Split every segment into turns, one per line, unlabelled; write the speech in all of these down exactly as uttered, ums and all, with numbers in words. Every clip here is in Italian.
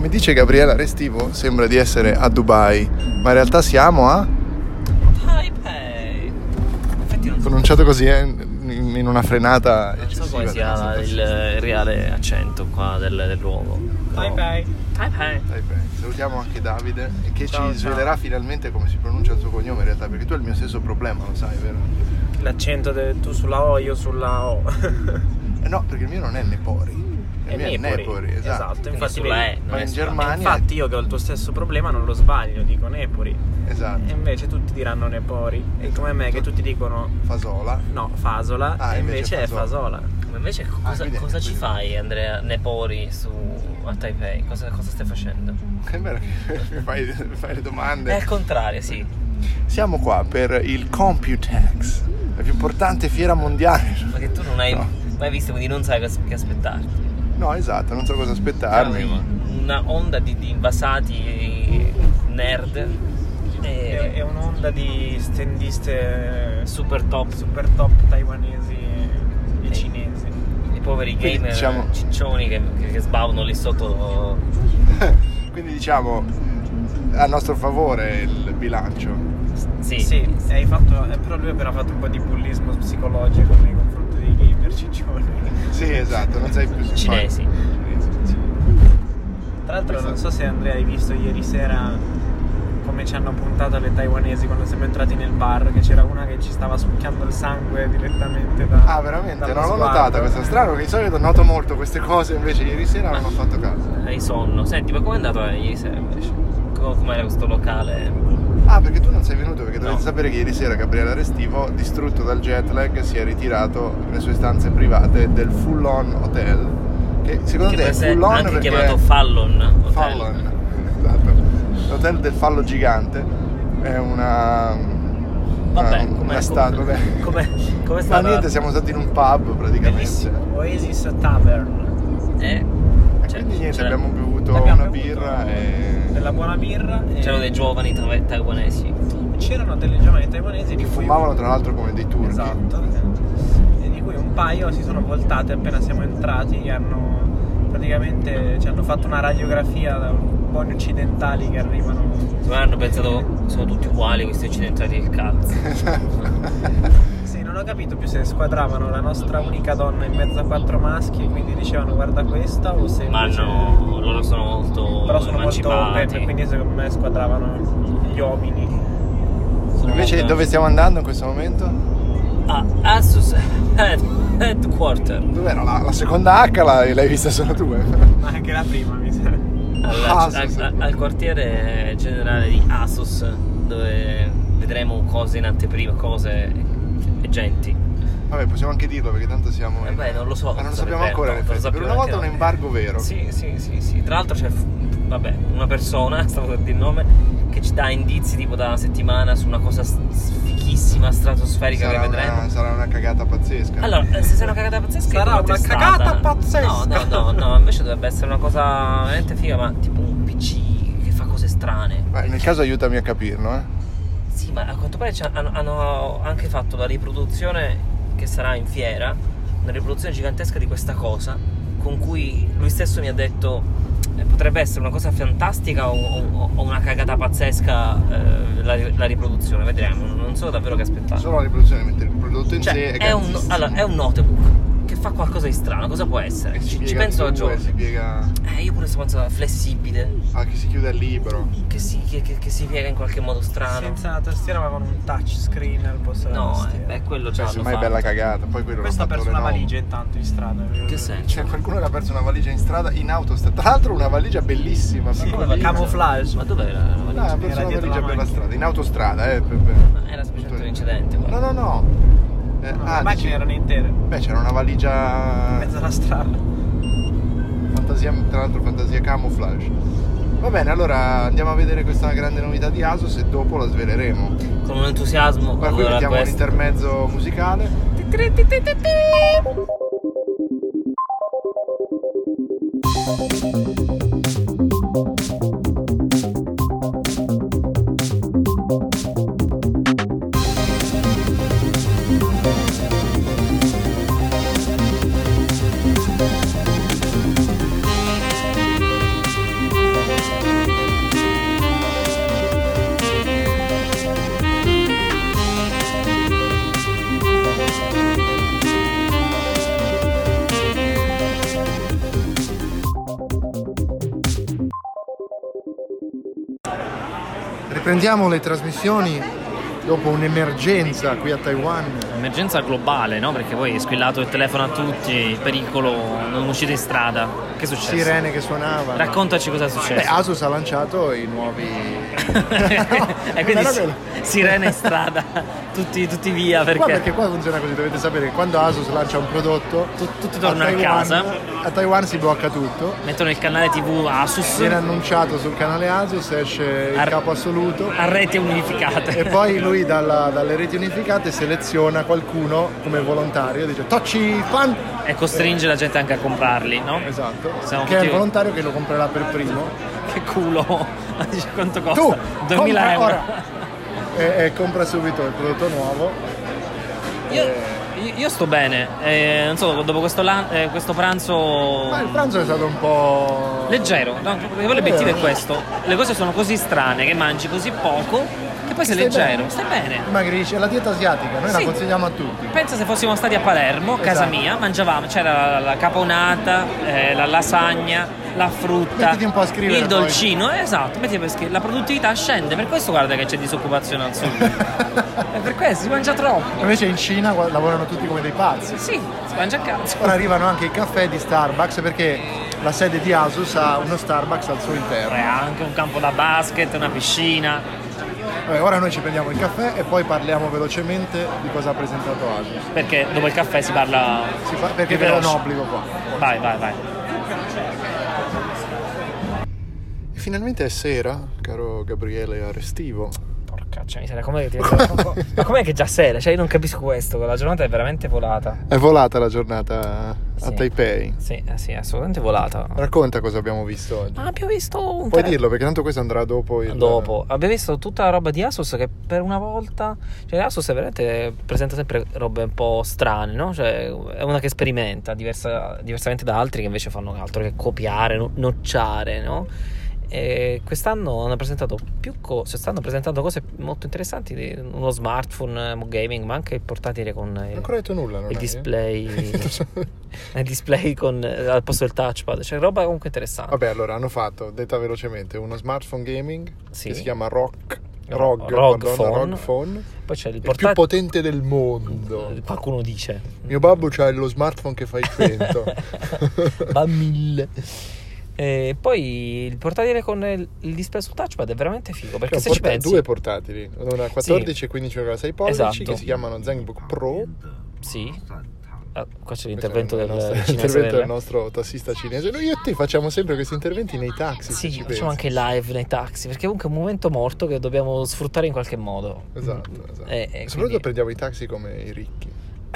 Come dice Gabriela Restivo, sembra di essere a Dubai, ma in realtà siamo a
Taipei. Infatti non so,
pronunciato così eh, in una frenata
non so
eccessiva.
come sia il reale accento qua del, del luogo.
Taipei.
Taipei.
Taipei. Salutiamo anche Davide che
Ciao,
ci
ciao.
svelerà finalmente come si pronuncia il suo cognome in realtà, perché tu hai il mio stesso problema, lo sai, vero?
L'accento de, tu sulla O, io sulla O.
Eh no, perché il mio non è Nepori, il
È
mio è
Nepori.
Nepori, esatto.
Esatto, infatti
sulla
vedi,
E, non
Ma
è
in
sulla-
Germania-
infatti io che ho il tuo stesso problema non lo sbaglio, dico Nepori.
Esatto.
E invece tutti diranno Nepori. E come me che tutti dicono
Fasola.
no, Fasola.
Ah,
e
invece
invece è
Fasola.
Fasola.
Ma invece cosa,
Ah, quindi-
cosa ci
quindi-
fai, Andrea Nepori, su a Taipei? Cosa, cosa stai facendo?
Che bello che mi fai, mi fai le
È
domande.
al contrario, sì.
Siamo qua per il Computex, la più importante fiera mondiale.
Ma che tu non hai
No.
mai visto, quindi non sai cosa- che aspettarti.
No, esatto, non so cosa aspettarmi, ma...
Una onda di, di invasati nerd
È,
e
è un'onda di stendiste
super top,
super top taiwanesi e cinesi.
i poveri
Quindi,
gamer
diciamo-
ciccioni che, che, che sbavano lì sotto.
Quindi diciamo a nostro favore il bilancio.
Sì,
Sì, hai fatto, eh, però lui aveva fatto un po' di bullismo psicologico nei confronti dei gamer ciccioni.
Sì, esatto, non sei più simpatico.
cinesi.
Cinesi, sì.
Tra l'altro non so se Andrea hai visto ieri sera come ci hanno puntato le taiwanesi quando siamo entrati nel bar, che c'era una che ci stava succhiando il sangue direttamente da...
Ah, veramente?
dallo
Non l'ho
sguardo.
notata questa. Strano che di solito noto molto queste cose, invece ieri sera non ho fatto caso.
Hai sonno. Senti, ma com'è andato ieri sera invece? Com- Com'era questo locale?
Ah, perché tu non sei venuto, perché dovete
No.
sapere che ieri sera Gabriele Restivo, distrutto dal jet lag, si è ritirato nelle sue stanze private del Full On Hotel, che secondo
Che
te
può
è
essere
Full On
anche
perché
chiamato Fallon Hotel.
Fallon, esatto. L'hotel del fallo gigante è una...
Vabbè,
una,
com'è,
una statua.
come, come, come
Ma
stava?
niente, siamo stati in un pub praticamente.
Bellissimo.
Oasis Tavern.
Eh?
E
Cioè,
quindi niente,
c'era-
abbiamo bevuto
Abbiamo
una
bevuto
birra e...
della buona birra e
C'erano dei giovani tai- taiwanesi.
c'erano delle giovani taiwanesi di
che
cui
fumavano tra l'altro come dei turchi.
esatto, e di cui un paio si sono voltate appena siamo entrati e hanno praticamente ci hanno fatto una radiografia da buoni occidentali che arrivano.
Secondo me hanno pensato sono tutti uguali questi occidentali del cazzo.
Sì, non ho capito più se squadravano la nostra unica donna in mezzo a quattro maschi e quindi dicevano guarda questa o se
Ma
invece-
no, loro sono molto
però sono molto
emancipati.
open, quindi secondo me squadravano gli uomini.
Sono
Invece
molto-
dove stiamo andando in questo momento?
Ah, Asus Head- Headquarter.
Dov'era? La, la seconda H l'hai, l'hai vista solo tu, eh?
Ma anche la prima mi sa.
Al,
Asus.
al- al quartiere generale di Asus, dove vedremo cose in anteprima, cose e genti.
Vabbè, possiamo anche dirlo perché tanto siamo in...
Eh beh, non lo so
Ah, non lo
cosa
sappiamo
vedremo,
ancora, in
no, non lo
effetti. Per
sappiamo
una volta
neanche
un
noi.
embargo vero.
Sì, sì, sì, sì. Tra l'altro c'è, vabbè, una persona, stavo per dire il nome, che ci dà indizi tipo da una settimana su una cosa s- fichissima, stratosferica
Sarà
che vedremo.
una, sarà una cagata pazzesca.
Allora, eh, se sei una cagata pazzesca
Sarà
come
una
testata.
cagata pazzesca.
No, no, no, no, invece dovrebbe essere una cosa veramente figa, ma tipo un P C che fa cose strane.
Beh, nel caso aiutami a capirlo, eh?
Sì, ma a quanto pare c'ha- hanno, hanno anche fatto la riproduzione che sarà in fiera, una riproduzione gigantesca di questa cosa, con cui lui stesso mi ha detto eh, potrebbe essere una cosa fantastica o, o- o una cagata pazzesca eh, la, la riproduzione, vedremo, non so davvero che aspettare.
Solo la riproduzione, mentre il prodotto in sé
Cioè,
è
è un,
cazzissimo.
allora, è un notebook che fa qualcosa di strano, cosa può essere?
Che si
Ci, ci
piega
penso da
in due,
giorni.
si piega...
Eh, io pure sto pensando flessibile,
Ah, che si chiude al libro.
che si, che, che- che si piega in qualche modo strano.
Senza la tastiera ma con un touch screen al posto della
No, eh,
tastiera.
beh, quello già
Cioè,
l'hanno
semmai
fatto.
bella cagata. Poi quello
Questo ha
l'ho fatto
perso una
Lenovo.
valigia intanto in strada.
Che senso?
Cioè, qualcuno che ha perso una valigia in strada, in autostrada. Tra l'altro una valigia bellissima,
Sì,
piccolina.
come
Camouflage.
Ma dov'era la
No,
valigia?
ha perso
Era
una
dietro
valigia
la
per la
macchina.
strada, in autostrada, eh. Per, per-
Ma era semplicemente un incidente, guarda.
No, no, no. Eh,
No,
ah,
le macchine
dici-
erano intere, in
Beh, c'era una valigia...
mezzo alla strada.
Fantasia, tra l'altro fantasia camouflage. Va bene, allora andiamo a vedere questa grande novità di Asus e dopo la sveleremo.
Con un entusiasmo
Ma
quando
qui
era
mettiamo un
questo.
intermezzo musicale. Riprendiamo le trasmissioni dopo un'emergenza qui a Taiwan.
Emergenza globale, no? Perché poi è squillato il telefono a tutti, pericolo, non uscite in strada. Che è successo?
Sirene che suonavano.
Raccontaci cosa è successo.
Beh, Asus ha lanciato i nuovi...
e quindi si, sirene in strada, tutti, tutti via perché...
Qua, perché qua funziona così, dovete sapere che quando Asus lancia un prodotto
Tut- tutti tornano a,
Taiwan,
casa,
a Taiwan si blocca tutto,
mettono il canale tivù Asus,
viene annunciato sul canale Asus, esce il
Ar-
capo assoluto
a reti unificate
e poi lui dalla, dalle reti unificate seleziona qualcuno come volontario, dice Tocci fan
e costringe la gente anche a comprarli, no?
esatto,
Siamo
che è
tutti-
il volontario che lo comprerà per primo.
Che culo. Dice quanto costa?
Tu
duemila
compra
euro.
ora e, e compra subito il prodotto nuovo.
Io, io- io sto bene, eh, non so, dopo questo, lan- eh, questo pranzo
Ma il pranzo è stato un po'
leggero, no? Perché poi l'obiettivo è questo, le cose sono così strane che mangi così poco che poi sei
Stai
leggero,
bene.
stai bene.
Dimagrisci, è la dieta asiatica, noi
Sì.
la consigliamo a tutti.
Pensa se fossimo stati a Palermo, casa
Esatto.
mia, mangiavamo, c'era la, la caponata, eh, la lasagna, la frutta,
Mettiti un po' a scrivere,
il
poi.
dolcino, eh, esatto, mettiti per scrivere. La produttività scende, per questo guarda che c'è disoccupazione al sud. È per questo, si mangia troppo.
Invece in Cina gua- lavorano tutti come dei pazzi.
Sì, si mangia a cazzo.
Ora arrivano anche i caffè di Starbucks perché la sede di Asus ha uno Starbucks al suo
E
interno.
anche un campo da basket, una piscina.
Vabbè, ora noi ci prendiamo il caffè e poi parliamo velocemente di cosa ha presentato Asus.
Perché dopo il caffè si parla.
Si fa- perché
più
è un
veloce.
obbligo qua.
Vai, vai, vai.
E finalmente è sera, caro Gabriele Arestivo.
Porcaccia miseria, com'è che ti ma com'è che già sera? Cioè io non capisco questo, la giornata è veramente volata.
È volata la giornata a
Sì.
Taipei.
Sì, eh sì, assolutamente volata.
Racconta cosa abbiamo visto oggi.
Ma abbiamo visto un
Puoi
tele-
dirlo perché tanto questo andrà dopo il...
Dopo abbiamo visto tutta la roba di Asus che per una volta, cioè Asus è veramente presenta sempre robe un po' strane, no? Cioè è una che sperimenta diversa- diversamente da altri che invece fanno altro che copiare, no- nocciare, no? E quest'anno hanno presentato più cose, stanno presentando cose molto interessanti, di uno smartphone eh, gaming, ma anche il portatile con
Non ho
il,
ancora detto nulla, non
il
è?
display il display con eh, al posto del touchpad, cioè roba comunque interessante.
Vabbè, allora hanno fatto, detta velocemente, uno smartphone gaming
Sì.
che si chiama Rock
Ro-
ROG,
ROG
Madonna,
Phone.
ROG Phone,
Poi c'è il
il più
portatile,
potente del mondo.
qualcuno dice
Mio babbo c'ha lo smartphone che fa il cento.
va a mille. E poi il portatile con il, il display sul touchpad è veramente figo, perché
C'è un
se ci
porta-
pensi
due portatili, una quattordici e quindici virgola sei pollici
Esatto.
che si chiamano ZenBook Pro.
sì. Ah, qua c'è
Questo
l'intervento
è il
del,
nostro-
del cinese
l'intervento del
del-
nostro tassista cinese. Noi io e te facciamo sempre questi interventi nei taxi. se
Sì,
ci
facciamo
pensi.
anche live nei taxi, perché comunque è un momento morto che dobbiamo sfruttare in qualche modo.
Esatto, esatto.
E- e
E soprattutto
quindi-
prendiamo i taxi come i ricchi.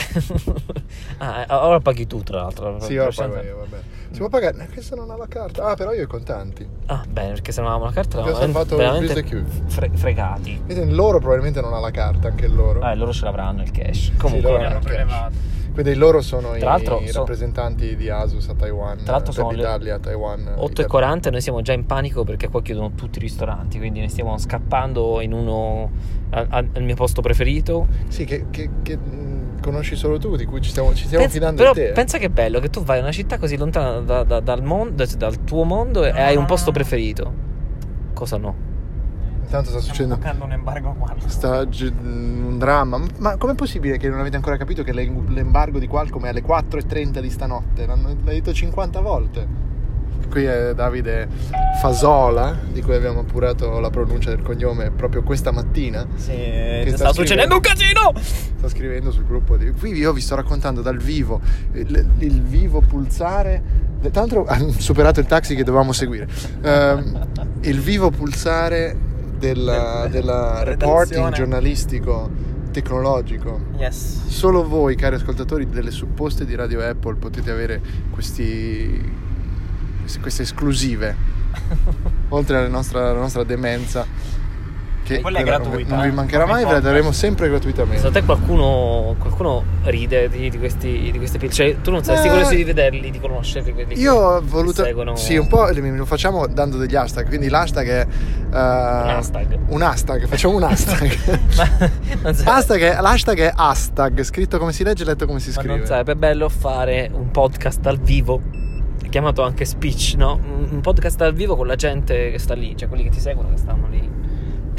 ah, ora paghi tu tra l'altro.
Sì, ora pago io, vabbè. Si può pagare? No, questo non ha la carta. Ah, però io ho i contanti.
Ah, bene, perché se non avevamo la carta
Abbiamo
eravamo
salvato
veramente
il business
fre- fregati.
Vedete, loro probabilmente non ha la carta, anche loro.
Ah, e loro ce l'avranno il cash. Comunque,
loro
Li hanno
Ok.
prelevato.
Quindi loro sono
Tra l'altro
i
so-
rappresentanti di Asus a Taiwan,
Tra l'altro
per
sono le
l'Italia a Taiwan.
otto e quaranta e noi siamo già in panico perché qua chiudono tutti i ristoranti, quindi ne stiamo scappando in uno a- a- al mio posto preferito.
Sì, che, che- che, mh, conosci solo tu, di cui ci stiamo, ci stiamo
Pensa-
fidando
però
di te.
pensa che bello che tu vai in una città così lontana da- da- dal, mondo, dal tuo mondo e hai un posto preferito. Cosa no?
Intanto sta
Stiamo
succedendo
toccando un embargo qua.
sta gi- un dramma. Ma- Ma com'è possibile che non avete ancora capito che l'em- l'embargo di Qualcomm è alle quattro e trenta di stanotte? L'hanno l'ha detto cinquanta volte. Qui è Davide Fasola, di cui abbiamo appurato la pronuncia del cognome proprio questa mattina.
Sì,
Che
Sta,
sta
succedendo un casino!
Sta scrivendo sul gruppo di... Qui io vi sto raccontando dal vivo il, il vivo pulsare. Tra l'altro hanno superato il taxi che dovevamo seguire. Ehm, il vivo pulsare della, della reporting
Redazione.
giornalistico tecnologico.
Yes.
Solo voi, cari ascoltatori delle supposte di Radio Apple, potete avere questi queste, queste esclusive. Oltre alla nostra, alla nostra demenza, che
Quella è
quella non vi-
gratuita,
non vi
eh.
mancherà
Come
mai, ve la
podcast.
daremo sempre gratuitamente.
Secondo te qualcuno, qualcuno ride di, di questi di queste pil- Cioè tu non saresti
Eh,
curioso di vederli, di conoscerli quelli
Io ho
che
voluto.
seguono...
Sì, un po' lo facciamo dando degli hashtag. Quindi l'hashtag è. uh, un
hashtag.
Un hashtag, facciamo un hashtag.
Ma non sai,
hashtag è, l'hashtag è hashtag, scritto come si legge e letto come si
ma
scrive.
non sarebbe bello fare un podcast dal vivo, chiamato anche speech, no? Un un podcast dal vivo con la gente che sta lì, cioè quelli che ti seguono che stanno lì.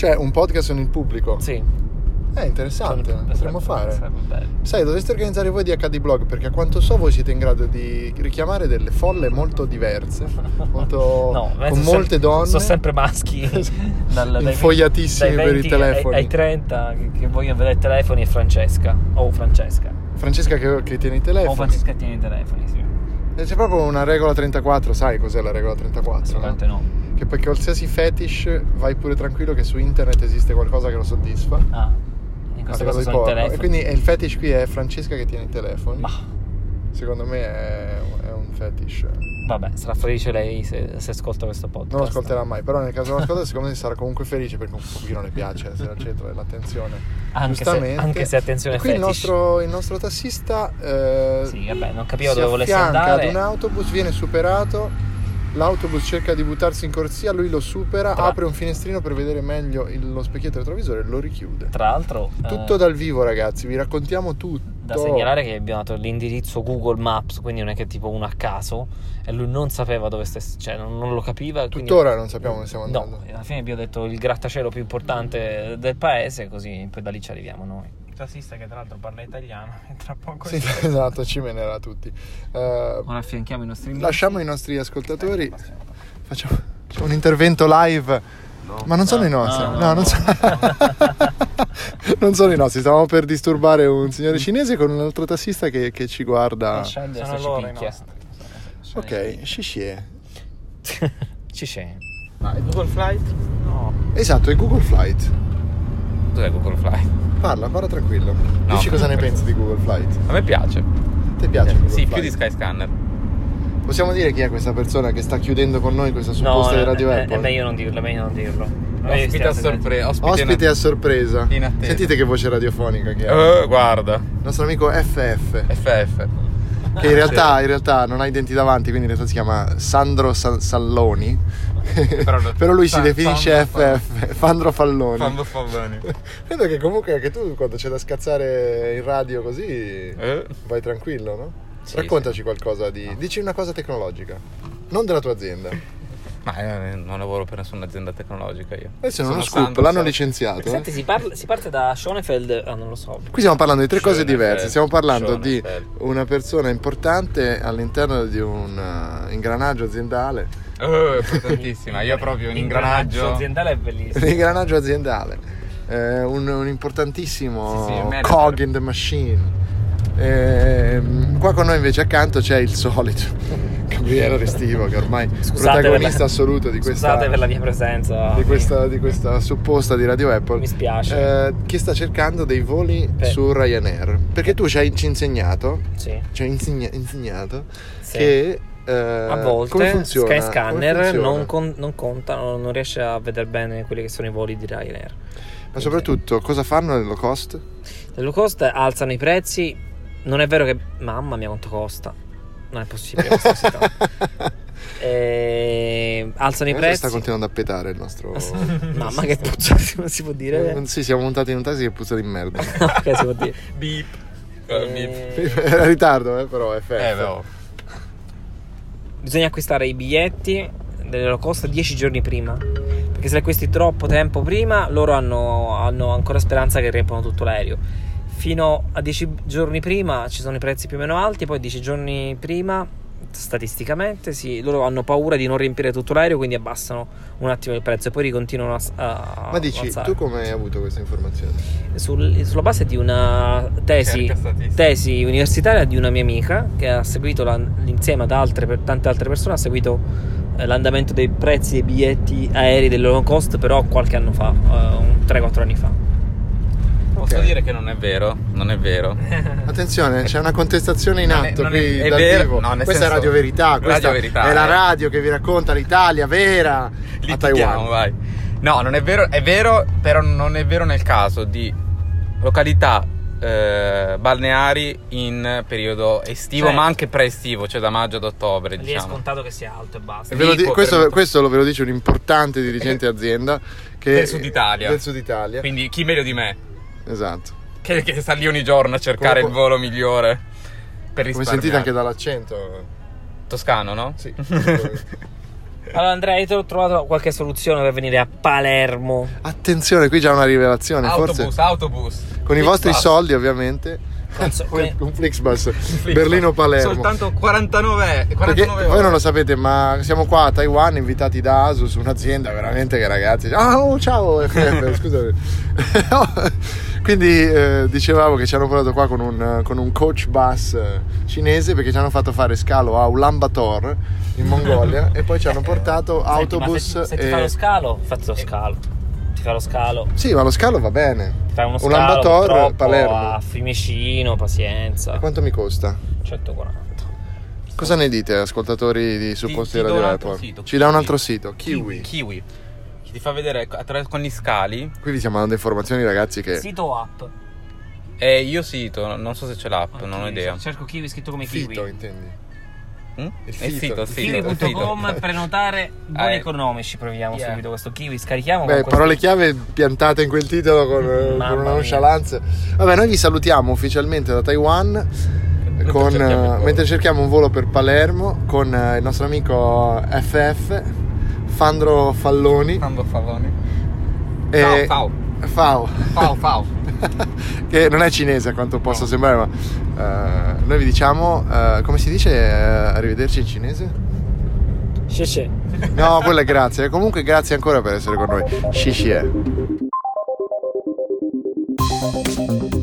Cioè, un podcast con il pubblico.
Sì.
È interessante,
Sarebbe-
potremmo
sarebbe-
fare.
sarebbe bello.
Sai, dovreste organizzare voi di acca di Blog, perché a quanto so voi siete in grado di richiamare delle folle molto diverse, molto,
No,
con
sono
molte
sem-
donne.
sono sempre maschi dal, dai-
Infogliatissimi
dai
per i
venti
telefoni.
ai, ai trenta che, che vogliono vedere i telefoni, e Francesca o Francesca
Francesca che, che tiene i
o
telefoni.
Francesca che tiene i telefoni, sì.
E c'è proprio una regola trentaquattro, sai cos'è la regola trentaquattro?
Assolutamente
no?
no.
Che poi qualsiasi fetish vai pure tranquillo che su internet esiste qualcosa che lo soddisfa.
Ah, in
A
questo
livello
caso
di
sono i
porno.
telefoni.
E quindi e il fetish qui è Francesca che tiene i telefoni.
Ma
Secondo me è, è un fetish.
vabbè, sarà felice lei se, se ascolta questo podcast.
Non lo ascolterà mai, però nel caso non lo ascolta, secondo me sarà comunque felice perché un pochino le piace essere al centro dell'attenzione.
Anche se,
Giustamente.
anche se attenzione
E qui il
fetish.
nostro, il nostro tassista eh,
Sì, vabbè, non capivo
si
dove volesse
affianca
andare.
ad un autobus, viene superato. L'autobus cerca di buttarsi in corsia, lui lo supera,
Tra-
apre un finestrino per vedere meglio il- lo specchietto retrovisore e lo richiude.
Tra l'altro,
Tutto
eh,
dal vivo, ragazzi, vi raccontiamo tutto.
da segnalare che abbiamo dato l'indirizzo Google Maps, quindi non è che tipo uno a caso, e lui non sapeva dove stesse, cioè non, non lo capiva. Quindi...
Tuttora non sappiamo dove stiamo andando.
No, alla fine abbiamo detto il grattacielo più importante del paese, così poi da lì ci arriviamo noi.
Il tassista che tra l'altro parla italiano e tra poco
Sì, esatto, ci menerà tutti. Eh,
Ora affianchiamo i nostri amici.
lasciamo i nostri ascoltatori. Facciamo, facciamo un intervento live. Ma non sono
No,
i nostri.
no,
No,
no,
non,
no.
so- non sono i nostri. Stavamo per disturbare un signore cinese con un altro tassista che, che ci guarda.
Sono
Sono
loro i
picchia.
nostri.
Ok, Shishie.
Ci c'è.
Ma il Google Flight?
No.
Esatto, è Google Flight.
Cos'è Google Flight?
Parla, parla tranquillo.
No.
Dici cosa ne pensi di Google Flight?
A me piace.
Ti piace Google
Sì,
Flight?
più di Skyscanner.
Possiamo dire chi è questa persona che sta chiudendo con noi questa supposta di Radio
è,
Apple?
è meglio non dirlo, è meglio non dirlo. Noi
Ospite
stiamo
a sorpresa. Ospite,
Ospite a sorpresa.
in attesa.
Sentite che voce radiofonica che ha.
Oh, guarda.
Il nostro amico F F.
F F.
Che in realtà, in realtà non ha i denti davanti, quindi in realtà si chiama Sandro Sa- Salloni.
Però,
Però lui si
San-
definisce
Sandro
F F, Fandro Falloni.
Fando Falloni.
Credo che comunque anche tu quando c'è da scazzare in radio così
Eh?
vai tranquillo, no?
Sì,
Raccontaci qualcosa di... Dici una cosa tecnologica, non della tua azienda.
Ma io non lavoro per nessuna azienda tecnologica io.
Adesso è uno
Sono
scoop,
Sandro,
l'hanno
so-
licenziato. eh.
Senti, si, parla- si parte da Schonefeld, ah non lo so.
Qui stiamo parlando di tre cose
Schönefeld,
diverse. Stiamo parlando di
Schönefeld.
una persona importante all'interno di un uh, ingranaggio aziendale.
Oh, è importantissima. Io proprio un ingranaggio.
aziendale è bellissimo.
Un ingranaggio aziendale. Eh, un, un importantissimo
Sì, sì, manager.
cog in the machine. Ehm, qua con noi invece accanto c'è il solito Gabriele Restivo, che ormai è
Scusate
protagonista
per la-
assoluto di questa,
Scusate per la mia presenza.
di questa, di questa supposta di Radio Apple.
Mi spiace.
Eh, che sta cercando dei voli
Per-
su Ryanair. Perché tu ci hai ci hai insegnato,
Sì.
ci hai insegna- insegnato
Sì.
che eh,
A
come
volte
funziona?
Skyscanner
Come funziona?
non, con- non conta, non, non riesce a vedere bene quelli che sono i voli di Ryanair.
Ma soprattutto cosa fanno nel low cost?
Le low cost alzano i prezzi. Non è vero che... Mamma mia quanto costa. Non è possibile questa cosa. E... Alzano i
Adesso
prezzi.
sta continuando a petare il nostro...
Mamma che puzza, non si può dire.
Eh, Sì, siamo montati in un taxi che puzza di merda.
Ok, si può dire.
Beep. Eh, beep.
E...
Era in ritardo, eh, però è F F.
Eh, però.
Bisogna acquistare i biglietti delle low cost dieci giorni prima. Perché se li acquisti troppo tempo prima, loro hanno, hanno ancora speranza che riempano tutto l'aereo. Fino a dieci giorni prima ci sono i prezzi più o meno alti, poi dieci giorni prima, statisticamente, sì, loro hanno paura di non riempire tutto l'aereo, quindi abbassano un attimo il prezzo e poi ricontinuano a, a
Ma dici,
avanzare.
tu come hai avuto questa informazione?
Sul- sulla base di una tesi,
Ricerca statistica.
tesi universitaria di una mia amica che ha seguito la- insieme ad altre per tante altre persone, ha seguito eh, l'andamento dei prezzi dei biglietti aerei del low cost, però qualche anno fa, eh, tre quattro anni fa.
Posso
Ok.
dire che non è vero? Non è vero.
Attenzione, c'è una contestazione in
Non è-
atto
non è-
qui
è
dal
vero-
vivo.
no, nel
Questa
senso-
è Radio Verità, questa
Radio Verità,
è la
eh.
radio che vi racconta l'Italia vera a
Litighiamo,
Taiwan.
vai. No, non è vero, è vero, però non è vero nel caso di località eh, balneari in periodo estivo,
Cioè-
ma anche pre-estivo, cioè da maggio ad ottobre,
Lì è
diciamo.
scontato che sia alto e basta.
E ve lo di-
Dico,
questo,
per-
questo lo ve lo dice un importante dirigente azienda che
Del Sud Italia.
Del Sud Italia.
Quindi chi meglio di me?
Esatto.
Che, che sta lì ogni giorno a cercare
Come-
il volo migliore per
Come
risparmiare.
sentite anche dall'accento.
Toscano, no?
Sì.
Allora Andrea, io ti ho trovato qualche soluzione per venire a Palermo.
Attenzione, qui c'è una rivelazione.
Autobus,
Forse
autobus.
con i
Flixbus.
vostri soldi, ovviamente.
So,
un, un Flixbus,
Flixbus.
Berlino-Palermo.
Soltanto quarantanove,
Perché
quarantanove
voi
ore.
non lo sapete, ma siamo qua a Taiwan invitati da Asus, un'azienda veramente che ragazzi. Ah, oh, ciao F F, scusami. Quindi eh, dicevamo che ci hanno portato qua con un, con un coach bus eh, cinese, perché ci hanno fatto fare scalo a Ulaanbaatar in Mongolia e poi ci hanno portato
Senti,
autobus.
ma se, se ti
e...
fa lo scalo, fatti lo scalo. Ti fa lo scalo.
Sì, ma lo scalo va bene.
Ti fai uno scalo
Ulaanbaatar,
purtroppo
Palermo.
a Fiumicino, pazienza.
E quanto mi costa?
centoquaranta.
Cosa ne dite, ascoltatori di supposti
ti do
Radio
un altro
Apple?
sito,
Ci dà un
Kiwi.
altro sito, Kiwi.
Kiwi. Che ti fa vedere attraverso con gli scali.
Qui vi stiamo dando informazioni, ragazzi, che
Sito o app?
E io sito, non so se c'è l'app,
Ah,
non ho
Kiwi.
idea.
Cerco Kiwi scritto come
Fito,
Kiwi.
intendi?
Mm?
Il
Il
sito,
sito,
il
sito,
sito.
il
Kiwi punto com,
sito.
prenotare buoni
Eh.
economici. Proviamo
Yeah.
subito questo Kiwi. Scarichiamo.
Beh,
con
parole
questi-
chiave piantate in quel titolo con, eh,
Mamma
con una
mia.
nonchalance. Vabbè, noi vi salutiamo ufficialmente da Taiwan con,
cerchiamo il
eh,
volo.
mentre cerchiamo un volo per Palermo con eh, il nostro amico F F, Fandro Falloni.
Fando Falloni.
e
Fao,
Fao,
Fao, Fao.
che non è cinese a quanto possa sembrare, ma eh, noi vi diciamo, eh, come si dice eh, arrivederci in cinese?
Xie
No, quello è grazie. Comunque grazie ancora per essere con noi. Xi xie.